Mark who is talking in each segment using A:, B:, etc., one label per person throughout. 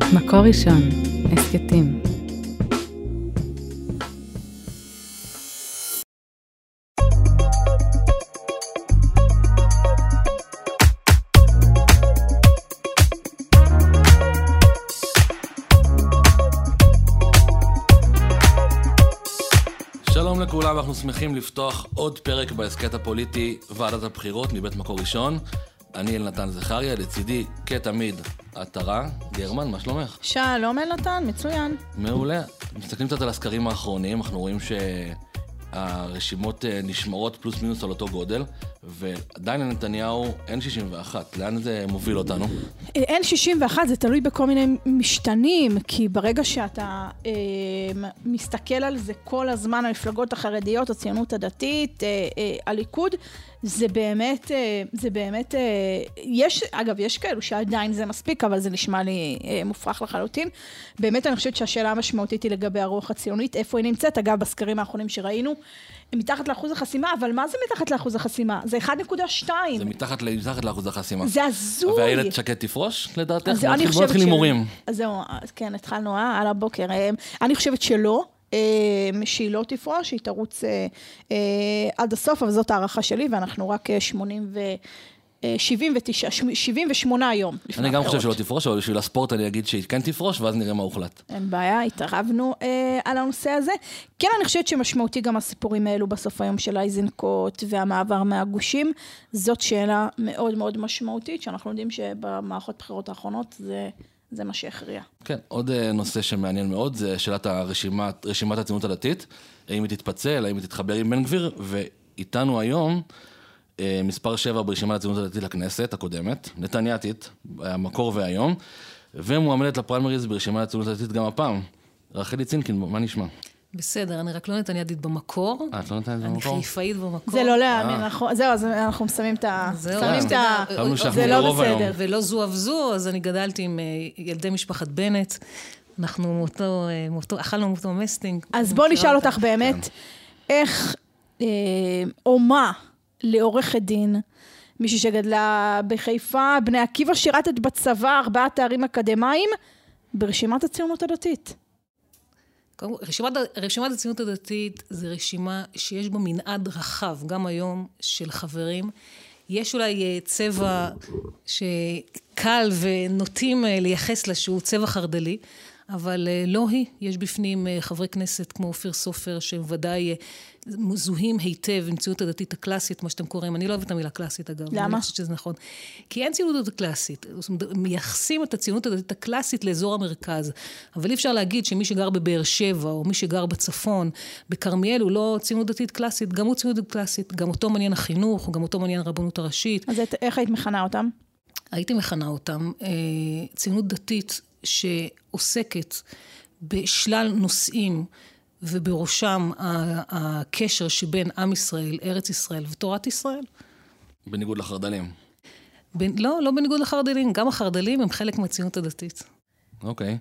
A: מקור ראשון, הסקטים.
B: שלום לכולם, אנחנו שמחים לפתוח עוד פרק בהסקט הפוליטי ועדת הבחירות מבית מקור ראשון. אני אלנתן זכריה, לצידי כתמיד עטרה. גרמן, מה שלומך?
C: שלום אלנתן, מצוין.
B: מעולה. מסתכלים קצת על הסקרים האחרונים, אנחנו רואים שהרשימות נשמרות פלוס מינוס על אותו גודל, ועדיין לנתניהו אין 61. לאן זה מוביל אותנו?
C: אין 61, זה תלוי בכל מיני משתנים, כי ברגע שאתה מסתכל על זה כל הזמן, המפלגות החרדיות, הציונות הדתית, הליכוד, זה באמת, יש כאלו שעדיין זה מספיק, אבל זה נשמע לי מופרך לחלוטין. באמת אני חושבת שהשאלה המשמעותית היא לגבי הרוח הציונית, איפה היא נמצאת, אגב, בסקרים האחרונים שראינו, מתחת לאחוז החסימה, אבל מה זה מתחת לאחוז החסימה? זה 1.2.
B: זה מתחת לאחוז החסימה.
C: זה הזוי.
B: והילד שקד תפרוש, לדעתך?
C: בוא
B: נתחיל עם מורים.
C: אז זהו, כן, התחלנו על הבוקר. אני חושבת שלא, שהיא לא תפרוש, שהיא תרוץ עד הסוף, אבל זאת הערכה שלי, ואנחנו רק 78 יום.
B: אני גם חושב שלא תפרוש, אבל בשביל הספורט אני אגיד שהיא כן תפרוש, ואז נראה מה הוחלט.
C: אין בעיה, התערבנו על הנושא הזה. כן, אני חושבת שמשמעותי גם הסיפורים האלו בסוף היום של אייזנקוט והמעבר מהגושים. זאת שאלה מאוד מאוד משמעותית, שאנחנו יודעים שבמערכות בחירות האחרונות זה מה שהכריע.
B: כן, עוד נושא שמעניין מאוד, זה שאלת רשימת הציונות הדתית, האם היא תתפצל, האם היא תתחבר עם בן גביר, ואיתנו היום מספר 7 ברשימת הציונות הדתית לכנסת הקודמת, נתניאתית, המקור והיום, ומועמדת לפריימריז ברשימת הציונות הדתית גם הפעם. רחלי צינקין, מה נשמע?
D: בסדר, אני רק לא נתניאתית במקור.
B: את לא נתניאתית במקור?
D: אני חיפאית במקור.
C: זה לא להאמין, זהו, אז אנחנו מסיימים את ה...
D: זה
C: לא בסדר.
D: ולא זו אף זו, אז אני גדלתי עם ילדי משפחת בנט, אנחנו אכלנו מאותו מסטינג.
C: אז בוא נשאל אותך באמת, איך או מה לעורכת דין, מישהי שגדלה בחיפה, בני עקיבא, שירתת בצבא 4 תארים אקדמיים, ברשימת הציונות הדתית.
D: רשימת הציונות הדתית זה רשימה שיש בה מנעד רחב, גם היום של חברים. יש אולי צבע שקל ונוטים לייחס לה שהוא צבע חרדלי, אבל לא היא. יש בפנים חברי כנסת כמו אופיר סופר, שוודאי מזוהים היטב עם ציונות הדתית הקלאסית, מה שאתם קוראים. אני לא אוהבת את המילה קלאסית, אגב.
C: למה?
D: אני חושבת שזה נכון. כי אין ציונות הדתית קלאסית. מייחסים את הציונות הדתית הקלאסית לאזור המרכז. אבל אי אפשר להגיד שמי שגר בבאר שבע, או מי שגר בצפון, בכרמיאל, הוא לא ציונות דתית קלאסית. גם הוא ציונות דתית קלאסית. גם אותו מעניין החינוך, גם אותו מעניין הרבנות הראשית.
C: אז איך היית מכנה אותם?
D: הייתי מכנה אותם. ציונות דתית שעוסקת בשלל נושאים, ובראשם הקשר שבין עם ישראל, ארץ ישראל ותורת ישראל.
B: בניגוד לחרדלים.
D: לא בניגוד לחרדלים, גם החרדלים הם חלק מהציונות הדתית.
B: אוקיי.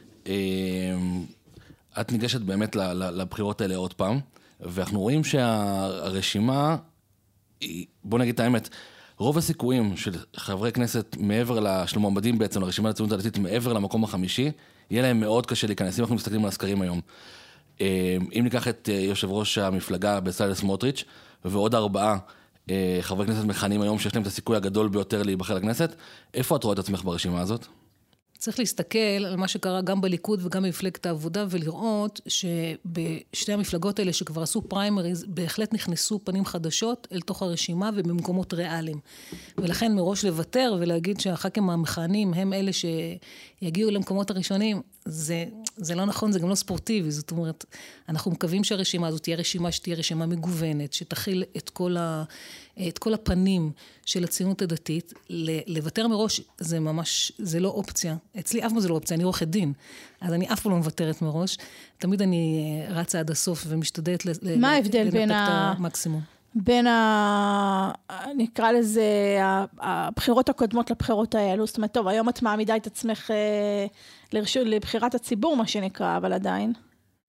B: את ניגשת באמת לבחירות האלה עוד פעם, ואנחנו רואים שהרשימה, בוא נגיד את האמת, רוב הסיכויים של חברי כנסת מעבר של מועמדים בעצם לרשימת הציונות הדתית, מעבר למקום החמישי, יהיה להם מאוד קשה להיכנס, אם אנחנו מסתכלים על הסקרים היום. אם ניקח את יושב ראש המפלגה בצלאל סמוטריץ' ועוד 4 חברי כנסת מכהנים היום שיש להם את הסיכוי הגדול ביותר להיבחר לכנסת, איפה את רואה את עצמך ברשימה הזאת?
D: צריך להסתכל על מה שקרה גם בליכוד וגם במפלגת העבודה, ולראות שבשתי המפלגות האלה שכבר עשו פריימריז, בהחלט נכנסו פנים חדשות אל תוך הרשימה ובמקומות ריאליים. ולכן מראש לוותר ולהגיד שהח"כים המכהנים הם אלה שיגיעו למקומות הראשונים, זה לא נכון, זה גם לא ספורטיבי. זאת אומרת, אנחנו מקווים שהרשימה הזאת תהיה רשימה מגוונת, שתכיל את כל הפנים של הציונות הדתית. לוותר מראש זה ממש, זה לא אופציה. אצלי אף פעם זה לא אופציה, אני עורכת דין. אז אני אף פעם לא מוותרת מראש. תמיד אני רצה עד הסוף ומשתדלת
C: מה ההבדל בין
D: המקסימום?
C: בין נקרא לזה, הבחירות הקודמות לבחירות האלו. זאת אומרת, טוב, היום את מעמידה את עצמך לבחירת הציבור, מה שנקרא, אבל עדיין.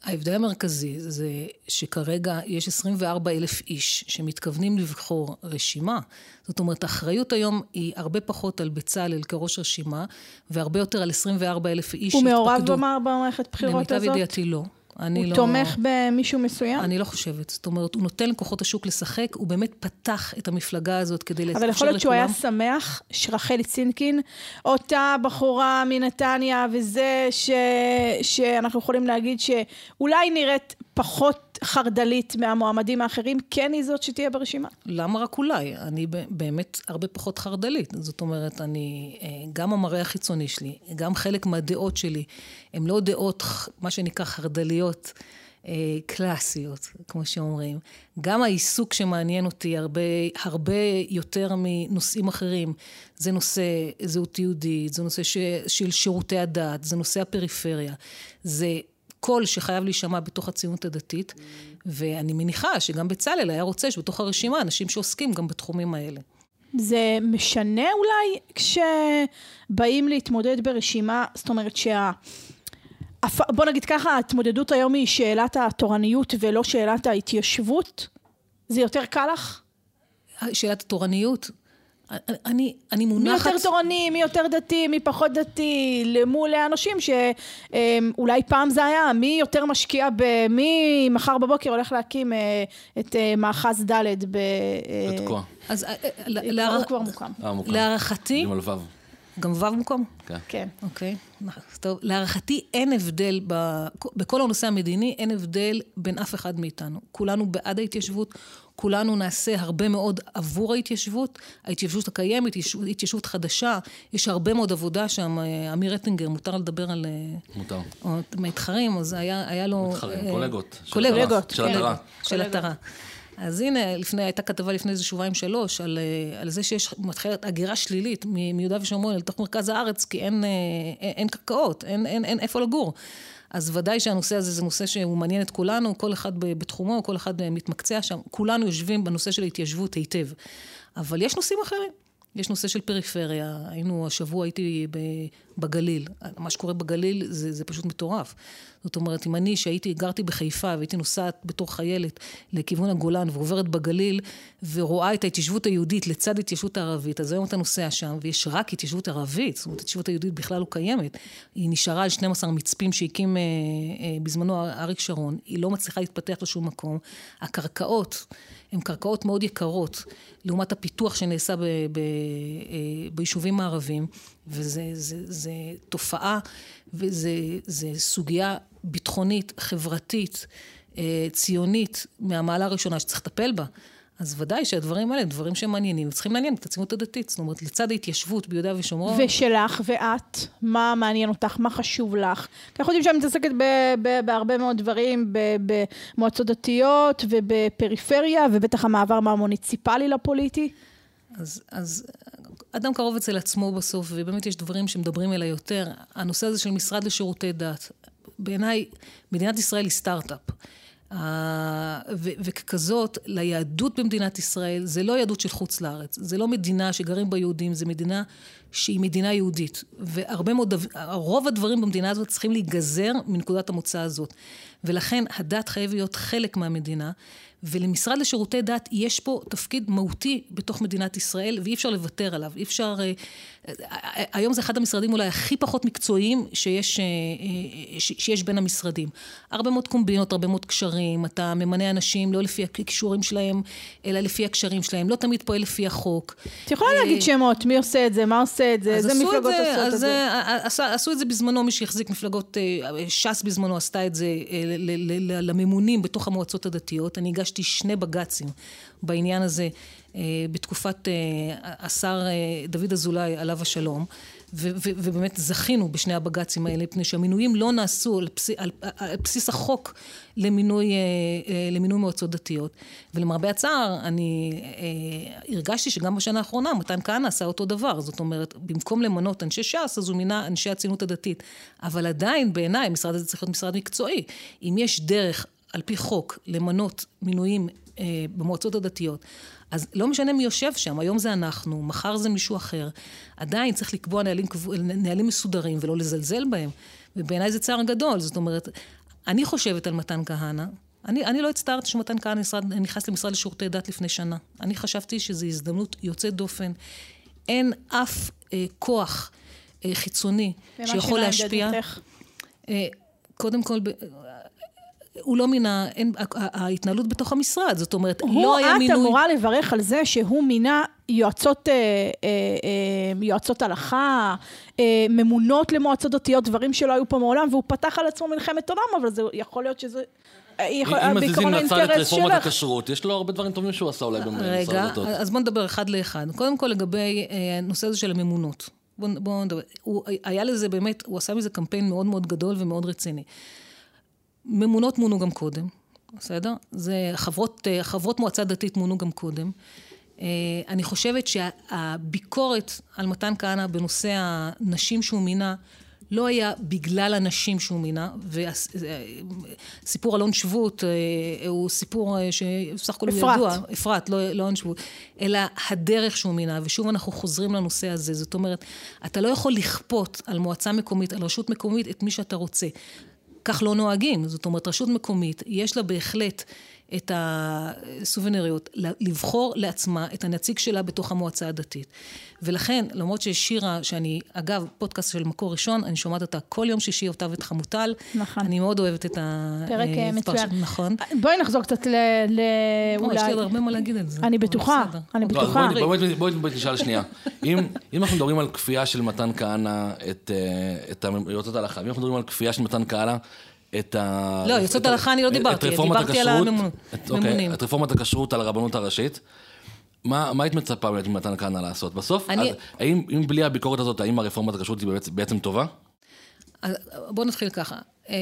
D: ההבדל המרכזי זה שכרגע יש 24,000 איש שמתכוונים לבחור רשימה. זאת אומרת, האחריות היום היא הרבה פחות על בצלאל כראש רשימה, והרבה יותר על 24,000 איש.
C: הוא מעורב במערכת בחירות הזאת?
D: למיטב ידיעתי לא.
C: הוא תומך במישהו מסוים?
D: אני לא חושבת. זאת אומרת, הוא נותן לכוחות השוק לשחק, הוא באמת פתח את המפלגה הזאת כדי לאפשר
C: לכולם. אבל יכול להיות שהוא היה שמח שרחלי צינקין, אותה בחורה מנתניה, וזה שאנחנו יכולים להגיד שאולי נראית פחות חרדלית מהמועמדים האחרים, כן היא זאת שתהיה ברשימה?
D: למה רק אולי? אני באמת הרבה פחות חרדלית. זאת אומרת, גם המראה החיצוני שלי, גם חלק מהדעות שלי, הן לא דעות, מה שנקרא חרדליות, קלאסיות, כמו שאומרים. גם העיסוק שמעניין אותי הרבה יותר מנושאים אחרים. זה נושא זהות יהודית, זה נושא של שירותי הדת, זה נושא הפריפריה. זה קול שחייב להישמע בתוך הציונות הדתית, ואני מניחה שגם בצלאל היה רוצה שבתוך הרשימה אנשים שעוסקים גם בתחומים האלה.
C: זה משנה אולי כשבאים להתמודד ברשימה, זאת אומרת בוא נגיד ככה, ההתמודדות היום היא שאלת התורניות ולא שאלת ההתיישבות? זה יותר קל לך?
D: שאלת התורניות? אני מונחת...
C: מי יותר תורני, מי יותר דתי, מי פחות דתי, למול האנשים שאולי פעם זה היה, מי יותר משקיע מי מחר בבוקר הולך להקים את מאחז ד'
B: בתקוע.
C: אז הוא כבר מוקם.
D: להערכתי... גם וו מוקם?
C: כן.
D: אוקיי. טוב, להערכתי אין הבדל, בכל הנושא המדיני אין הבדל בין אף אחד מאיתנו. כולנו בעד ההתיישבות, כולנו נעשה הרבה מאוד עבור ההתיישבות הקיימת, התיישבות חדשה, יש הרבה מאוד עבודה שם, אמיר רטינגר, מותר לדבר על...
B: מותר.
D: מתחרים, אז היה לו...
B: מתחרים, קולגות.
C: קולגות.
D: של התרה. אז הנה, הייתה כתבה לפני איזה 2-3 על זה שיש מתחילת הגירה שלילית מיהודה ושומרון לתוך מרכז הארץ, כי אין קרקעות, אין איפה לגור. אז ודאי שהנושא הזה זה נושא שהוא מעניין את כולנו, כל אחד בתחומו, כל אחד מתמקצע שם, כולנו יושבים בנושא של ההתיישבות היטב. אבל יש נושאים אחרים. יש נושא של פריפריה, השבוע הייתי בגליל, מה שקורה בגליל זה פשוט מטורף. זאת אומרת, אם גרתי בחיפה והייתי נוסעת בתור חיילת לכיוון הגולן ועוברת בגליל ורואה את ההתיישבות היהודית לצד ההתיישבות הערבית, אז היום אתה נוסע שם ויש רק התיישבות ערבית, זאת אומרת, ההתיישבות היהודית בכלל לא קיימת. היא נשארה על 12 מצפים שהקים בזמנו אריק שרון, היא לא מצליחה להתפתח לשום מקום. הקרקעות הן קרקעות מאוד יקרות, לעומת הפיתוח שנעשה ביישובים הערבים, וזה תופעה, וזה סוגיה ביטחונית, חברתית, ציונית, מהמעלה הראשונה שצריך לטפל בה. אז ודאי שהדברים האלה, דברים שמעניינים, צריכים לעניין את הציונות הדתית, זאת אומרת, לצד ההתיישבות ביהודה ושומרון.
C: ושלך ואת, מה מעניין אותך, מה חשוב לך? כי אנחנו יודעים שאני מתעסקת בהרבה מאוד דברים, במועצות דתיות ובפריפריה, ובטח המעבר מהמוניציפלי לפוליטי.
D: אז אדם קרוב אצל עצמו בסוף, ובאמת יש דברים שמדברים אליי יותר. הנושא הזה של משרד לשירותי דת, בעיניי, מדינת ישראל היא סטארט-אפ. וככזאת, ליהדות במדינת ישראל, זה לא יהדות של חוץ לארץ, זה לא מדינה שגרים בה יהודים, זה מדינה שהיא מדינה יהודית, רוב הדברים במדינה הזאת צריכים להיגזר מנקודת המוצא הזאת, ולכן הדת חייב להיות חלק מהמדינה, ולמשרד לשירותי דת יש פה תפקיד מהותי בתוך מדינת ישראל, ואי אפשר לוותר עליו, אי אפשר, היום זה אחד המשרדים אולי הכי פחות מקצועיים שיש בין המשרדים. הרבה מאוד קומבינות, הרבה מאוד קשרים, אתה ממנה אנשים לא לפי הקשורים שלהם, אלא לפי הקשרים שלהם, לא תמיד פועל לפי החוק.
C: את יכולה להגיד שמות, מי עושה את זה, מה עושה את זה, איזה מפלגות עושות את זה?
D: עשו את זה בזמנו, מי שהחזיק מפלגות, ש"ס בזמנו עשתה את זה לממונים בתוך המועצות הדתיות. אני הגשתי 2 בג"צים בעניין הזה, בתקופת השר דוד אזולאי עליו השלום, ובאמת זכינו בשני הבג"צים האלה, פני שהמינויים לא נעשו על בסיס החוק למינוי מועצות דתיות. ולמרבה הצער, אני הרגשתי שגם בשנה האחרונה, מתן כהנא עשה אותו דבר. זאת אומרת, במקום למנות אנשי ש"ס, אז הוא מינה אנשי הציונות הדתית. אבל עדיין, בעיניי, המשרד הזה צריך להיות משרד מקצועי. אם יש דרך על פי חוק למנות מינויים במועצות הדתיות, אז לא משנה מי יושב שם, היום זה אנחנו, מחר זה מישהו אחר, עדיין צריך לקבוע נהלים מסודרים ולא לזלזל בהם, ובעיניי זה צער גדול. זאת אומרת, אני חושבת על מתן כהנא, אני לא הצטערתי שמתן כהנא נכנס למשרד לשירותי דת לפני שנה. אני חשבתי שזו הזדמנות יוצאת דופן. אין אף כוח חיצוני שיכול להשפיע. קודם כל, הוא לא מינה, ההתנהלות בתוך המשרד, זאת אומרת, לא היה מינוי...
C: את אמורה לברך על זה שהוא מינה יועצות הלכה, ממונות למועצות דתיות, דברים שלא היו פה מעולם, והוא פתח על עצמו מלחמת עולם, אבל זה יכול להיות שזה...
B: אם מזיזים לצד את רפורמת הכשרות, יש לו הרבה דברים טובים שהוא עשה אולי במשרד הדתות.
D: רגע, אז בוא נדבר אחד לאחד. קודם כל לגבי הנושא הזה של הממונות. בוא נדבר. היה לזה באמת, הוא עשה מזה קמפיין מאוד מאוד גדול ומאוד רציני. ממונות מונו גם קודם, בסדר? זה חברות מועצה דתית מונו גם קודם. אני חושבת שהביקורת על מתן כהנא בנושא הנשים שהוא מינה, לא היה בגלל הנשים שהוא מינה, וסיפור אלון שבות הוא סיפור שסך הכל הוא ידוע, אפרת, לא אלון שבות, אלא הדרך שהוא מינה, ושוב אנחנו חוזרים לנושא הזה, זאת אומרת, אתה לא יכול לכפות על מועצה מקומית, על רשות מקומית, את מי שאתה רוצה. כך לא נוהגים, זאת אומרת, רשות מקומית, יש לה בהחלט את הסוברניות, לבחור לעצמה את הנציג שלה בתוך המועצה הדתית. ולכן, למרות ששירה, שאני, אגב, פודקאסט של מקור ראשון, אני שומעת אותה כל יום שישי, אותה ואת חמוטל.
C: נכון.
D: אני מאוד אוהבת את
C: פרק מצוין.
D: נכון.
C: בואי נחזור קצת
D: יש לי הרבה מה להגיד על זה.
C: אני בטוחה, אני בטוחה.
B: בואי נשאל שנייה. אם אנחנו מדברים על כפייה של מתן כהנא את יועצות ההלכה, אם אנחנו מדברים על כפייה של מתן כהנא
D: לא, יוצאות הלכה אני לא דיברתי, דיברתי על הממונים.
B: את רפורמת הכשרות על הרבנות הראשית, מה היית מצפה ממתן כהנא לעשות? בסוף, אם בלי הביקורת הזאת, האם הרפורמת הכשרות היא בעצם טובה?
D: בואו נתחיל ככה.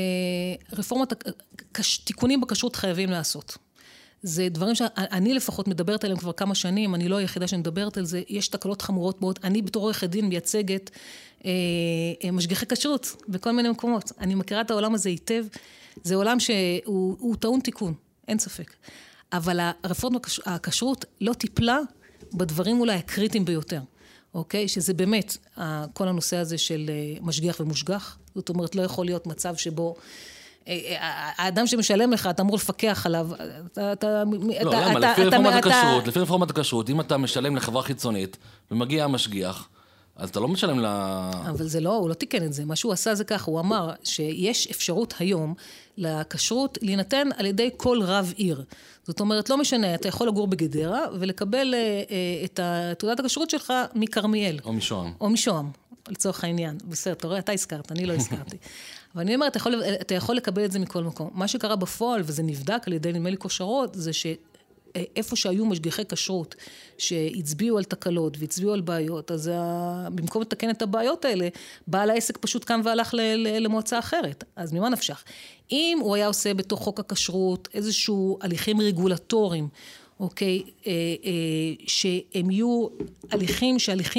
D: תיקונים בכשרות חייבים לעשות. זה דברים שאני לפחות מדברת עליהם כבר כמה שנים, אני לא היחידה שמדברת על זה, יש תקלות חמורות מאוד, אני בתור עורכת דין מייצגת משגיחי כשרות בכל מיני מקומות. אני מכירה את העולם הזה היטב, זה עולם שהוא טעון תיקון, אין ספק. אבל הרפורמת הכשרות לא טיפלה בדברים אולי הקריטיים ביותר, אוקיי? שזה באמת כל הנושא הזה של משגיח ומושגח, זאת אומרת לא יכול להיות מצב שבו האדם שמשלם לך, אתה אמור לפקח עליו.
B: לא, למה? לפי רפורמת הכשרות, אם אתה משלם לחברה חיצונית ומגיע המשגיח, אז אתה לא משלם
D: אבל זה לא, הוא לא תיקן את זה. מה שהוא עשה זה כך, הוא אמר שיש אפשרות היום לכשרות להינתן על ידי כל רב עיר. זאת אומרת, לא משנה, אתה יכול לגור בגדרה ולקבל את תעודת הכשרות שלך מכרמיאל.
B: או משוהם.
D: או משוהם, לצורך העניין. בסדר, אתה רואה, אתה הזכרת, אני לא הזכרתי. אבל אני אומרת, אתה יכול לקבל את זה מכל מקום. מה שקרה בפועל, וזה נבדק על ידי נדמה לי כושרות, זה שאיפה שהיו משגיחי כשרות, שהצביעו על תקלות והצביעו על בעיות, אז במקום לתקן את הבעיות האלה, בעל העסק פשוט קם והלך למועצה אחרת. אז ממה נפשך? אם הוא היה עושה בתוך חוק הכשרות איזשהו הליכים רגולטוריים, אוקיי, שהם יהיו הליכים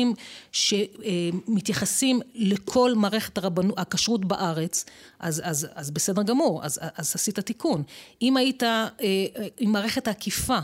D: שמתייחסים לכל מערכת הכשרות בארץ, אז בסדר גמור, אז עשית תיקון. אם מערכת העקיפה,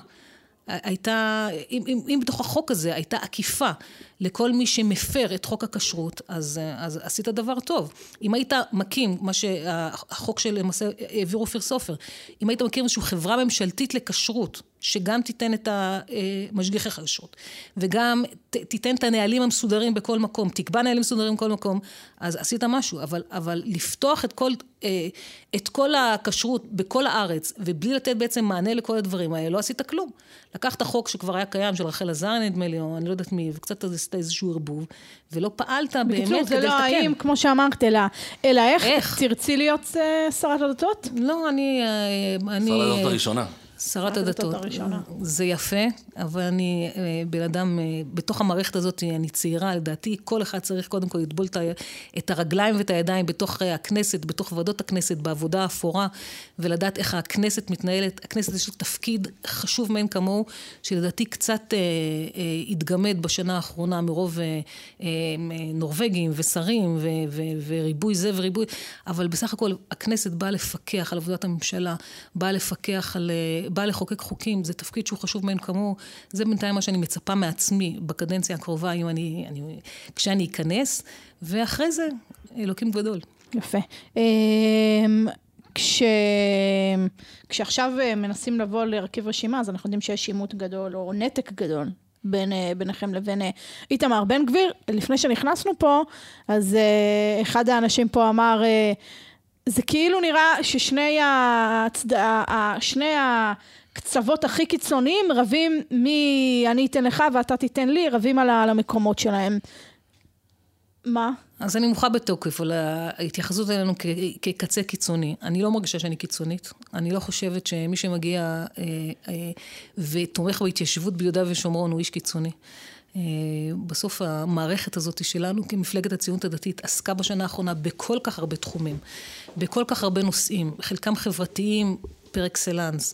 D: אם בתוך החוק הזה הייתה עקיפה לכל מי שמפר את חוק הכשרות, אז עשית דבר טוב. אם היית מקים, מה שהחוק של למעשה העביר אופיר סופר, אם היית מקים איזושהי חברה ממשלתית לכשרות, שגם תיתן את המשגיחי כשרות, וגם תיתן את הנהלים המסודרים בכל מקום, תקבע נהלים מסודרים בכל מקום, אז עשית משהו, אבל לפתוח את כל הכשרות בכל הארץ, ובלי לתת בעצם מענה לכל הדברים האלה, לא עשית כלום. לקחת חוק שכבר היה קיים, של רחל עזריה נדמה לי, או אני לא יודעת מי, וקצת עשית איזשהו ערבוב, ולא פעלת באמת כדי לתקן.
C: בקיצור, זה לא האם, כמו שאמרת, אלא איך? תרצי להיות שרת הדתות?
D: לא, אני...
B: שרת הדתות הראשונה.
D: שרת הדתות, זה יפה, אבל אני בן אדם, בתוך המערכת הזאת אני צעירה, לדעתי כל אחד צריך קודם כל לטבול את הרגליים ואת הידיים בתוך הכנסת, בתוך ועדות הכנסת, בעבודה האפורה, ולדעת איך הכנסת מתנהלת. הכנסת יש לו תפקיד חשוב מאין כמוהו, שלדעתי קצת התגמד בשנה האחרונה מרוב נורווגים ושרים וריבוי זה וריבוי, אבל בסך הכל הכנסת באה לפקח על עבודת הממשלה, באה לחוקק חוקים, זה תפקיד שהוא חשוב מאין כמוהו, זה בינתיים מה שאני מצפה מעצמי בקדנציה הקרובה, כשאני אכנס, ואחרי זה, אלוקים גדול.
C: יפה. כשעכשיו מנסים לבוא להרכיב רשימה, אז אנחנו יודעים שיש עימות גדול, או נתק גדול, ביניכם לבין איתמר בן גביר. לפני שנכנסנו פה, אז אחד האנשים פה אמר, זה כאילו נראה ששני הקצוות הכי קיצוניים רבים אני אתן לך ואתה תיתן לי, רבים על המקומות שלהם. מה?
D: אז אני מוחה בתוקף על ההתייחסות אלינו כקצה קיצוני. אני לא מרגישה שאני קיצונית. אני לא חושבת שמי שמגיע ותומך בהתיישבות ביהודה ושומרון הוא איש קיצוני. בסוף המערכת הזאת שלנו כמפלגת הציונות הדתית עסקה בשנה האחרונה בכל כך הרבה תחומים, בכל כך הרבה נושאים, חלקם חברתיים פר אקסלנס,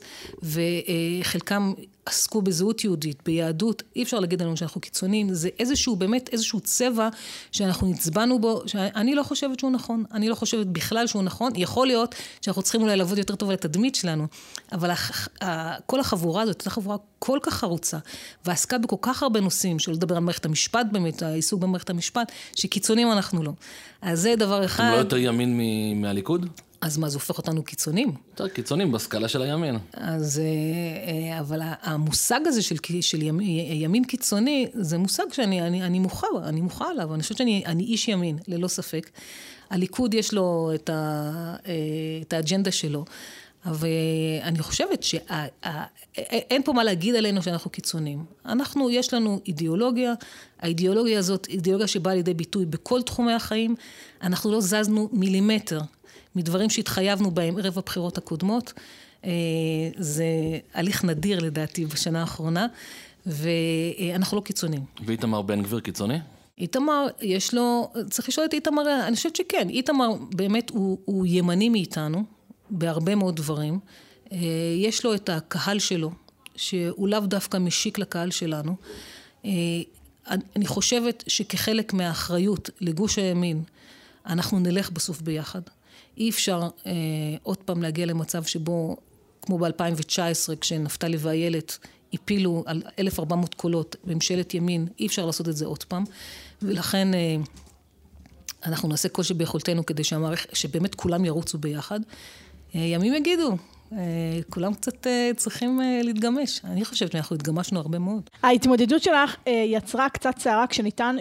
D: וחלקם עסקו בזהות יהודית, ביהדות. אי אפשר להגיד לנו שאנחנו קיצוניים, זה באמת איזשהו צבע שאנחנו נצבענו בו, שאני לא חושבת שהוא נכון, אני לא חושבת בכלל שהוא נכון. יכול להיות שאנחנו צריכים אולי לעבוד יותר טוב על התדמית שלנו, אבל כל החבורה הזאת, הייתה חבורה כל כך חרוצה, ועסקה בכל כך הרבה נושאים, שלא לדבר על מערכת המשפט באמת, העיסוק במערכת המשפט, שקיצונים אנחנו לא. אז זה דבר אחד.
B: אתם לא יותר ימין מהליכוד?
D: אז מה, זה הופך אותנו קיצונים?
B: יותר קיצונים בסקאלה של הימין.
D: אז, אבל המושג הזה של ימין קיצוני, זה מושג שאני מוחה עליו. אני חושבת שאני איש ימין, ללא ספק. הליכוד יש לו את האג'נדה שלו. אבל אני חושבת שאין פה מה להגיד עלינו שאנחנו קיצונים. יש לנו אידיאולוגיה, האידיאולוגיה הזאת, אידיאולוגיה שבאה לידי ביטוי בכל תחומי החיים. אנחנו לא זזנו מילימטר מדברים שהתחייבנו בהם ערב הבחירות הקודמות. זה הליך נדיר לדעתי בשנה האחרונה, ואנחנו לא קיצונים.
B: ואיתמר בן גביר קיצוני?
D: איתמר, יש לו, צריך לשאול את איתמר, אני חושבת שכן, איתמר באמת הוא ימני מאיתנו, בהרבה מאוד דברים. יש לו את הקהל שלו, שהוא לאו דווקא משיק לקהל שלנו. אני חושבת שכחלק מהאחריות לגוש הימין, אנחנו נלך בסוף ביחד. אי אפשר עוד פעם להגיע למצב שבו, כמו ב-2019, כשנפתלי ואיילת הפילו על 1,400 קולות בממשלת ימין, אי אפשר לעשות את זה עוד פעם. ולכן אנחנו נעשה כל שביכולתנו כדי שבאמת כולם ירוצו ביחד. ימים יגידו, כולם קצת צריכים להתגמש. אני חושבת שאנחנו התגמשנו הרבה מאוד.
C: ההתמודדות שלך יצרה קצת צערה כשניתן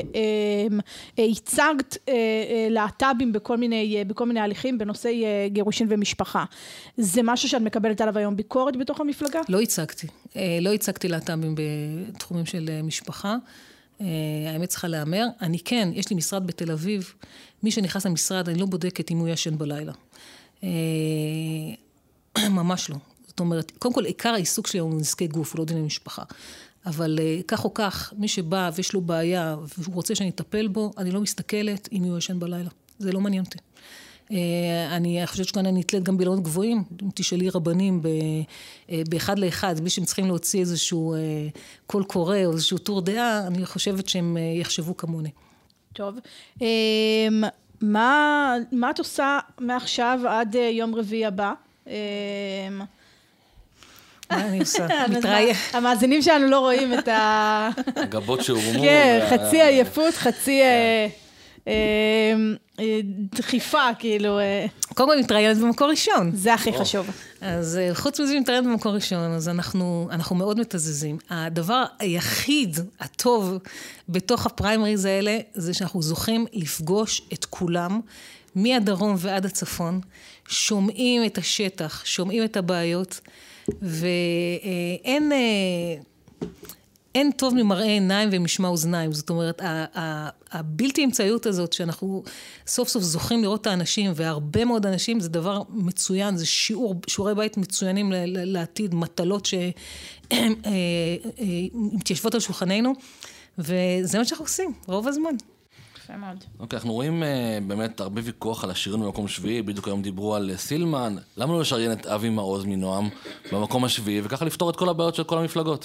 C: שהצגת להט"בים בכל מיני הליכים בנושאי גירושין ומשפחה. זה משהו שאת מקבלת עליו היום ביקורת בתוך המפלגה?
D: לא הצגתי להט"בים בתחומים של משפחה. האמת צריכה לאמר. יש לי משרד בתל אביב. מי שנכנס למשרד, אני לא בודקת אם הוא ישן בלילה. ממש לא. זאת אומרת, קודם כל, עיקר העיסוק שלי הוא נזקי גוף, הוא לא דיני משפחה. אבל כך או כך, מי שבא ויש לו בעיה, והוא רוצה שאני אטפל בו, אני לא מסתכלת אם הוא ישן בלילה. זה לא מעניין אותי. אני חושבת שכאן אני נתלית גם בילונות גבוהים, אם תשאלי רבנים באחד לאחד, מי שהם צריכים להוציא איזשהו קול קורא או איזשהו טור דעה, אני חושבת שהם יחשבו כמוני.
C: טוב. מה את עושה מעכשיו עד יום רביעי הבא?
D: מה אני עושה? מתראיין.
C: המאזינים שלנו לא רואים את
B: הגבות שהורמו.
C: כן, חצי עייפות, חצי דחיפה, כאילו.
D: קודם כל מתראיינת במקור ראשון.
C: זה הכי חשוב.
D: אז חוץ מזה מתראיינת במקור ראשון, אז אנחנו מאוד מתזזים. הדבר היחיד הטוב בתוך הפריימריז האלה, זה שאנחנו זוכים לפגוש את כולם, מהדרום ועד הצפון, שומעים את השטח, שומעים את הבעיות, ואין טוב ממראה עיניים ומשמע אוזניים. זאת אומרת, הבלתי אמצעיות הזאת שאנחנו סוף סוף זוכים לראות את האנשים, והרבה מאוד אנשים, זה דבר מצוין, זה שיעורי בית מצוינים לעתיד, מטלות שמתיישבות על שולחננו, וזה מה שאנחנו עושים, רוב הזמן.
B: אוקיי, אנחנו רואים באמת הרבה ויכוח על השירים במקום שביעי, בדיוק היום דיברו על סילמן, למה לא לשריין את אבי מעוז מנועם במקום השביעי, וככה לפתור את כל הבעיות של כל המפלגות?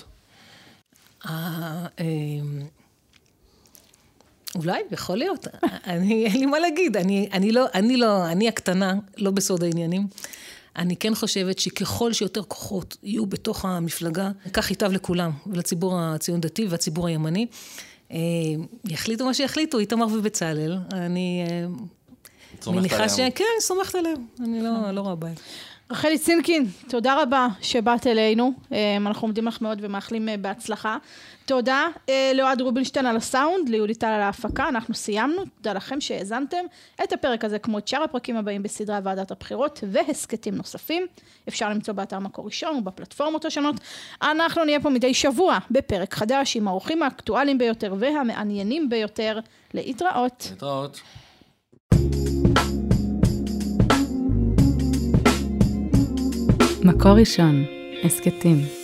D: אולי, יכול להיות. אין לי מה להגיד. אני הקטנה, לא בסוד העניינים. אני כן חושבת שככל שיותר כוחות יהיו בתוך המפלגה, כך ייטב לכולם, ולציבור הציון דתי והציבור הימני. יחליטו מה שיחליטו, איתמר ובצלאל. מניחה כן, אני סומכת עליהם, אני לא רואה בעיה.
C: רחלי צינקין, תודה רבה שבאת אלינו, אנחנו עומדים לך מאוד ומאחלים בהצלחה. תודה לאוהד רובינשטיין על הסאונד, ליהודית טל על ההפקה, אנחנו סיימנו, תודה לכם שהאזנתם את הפרק הזה כמו את שאר הפרקים הבאים בסדרה ועדת הבחירות והסקטים נוספים, אפשר למצוא באתר מקור ראשון ובפלטפורמות השונות. אנחנו נהיה פה מדי שבוע בפרק חדש עם האורחים האקטואליים ביותר והמעניינים ביותר. להתראות.
B: להתראות.
A: מקור ראשון, הסקטים.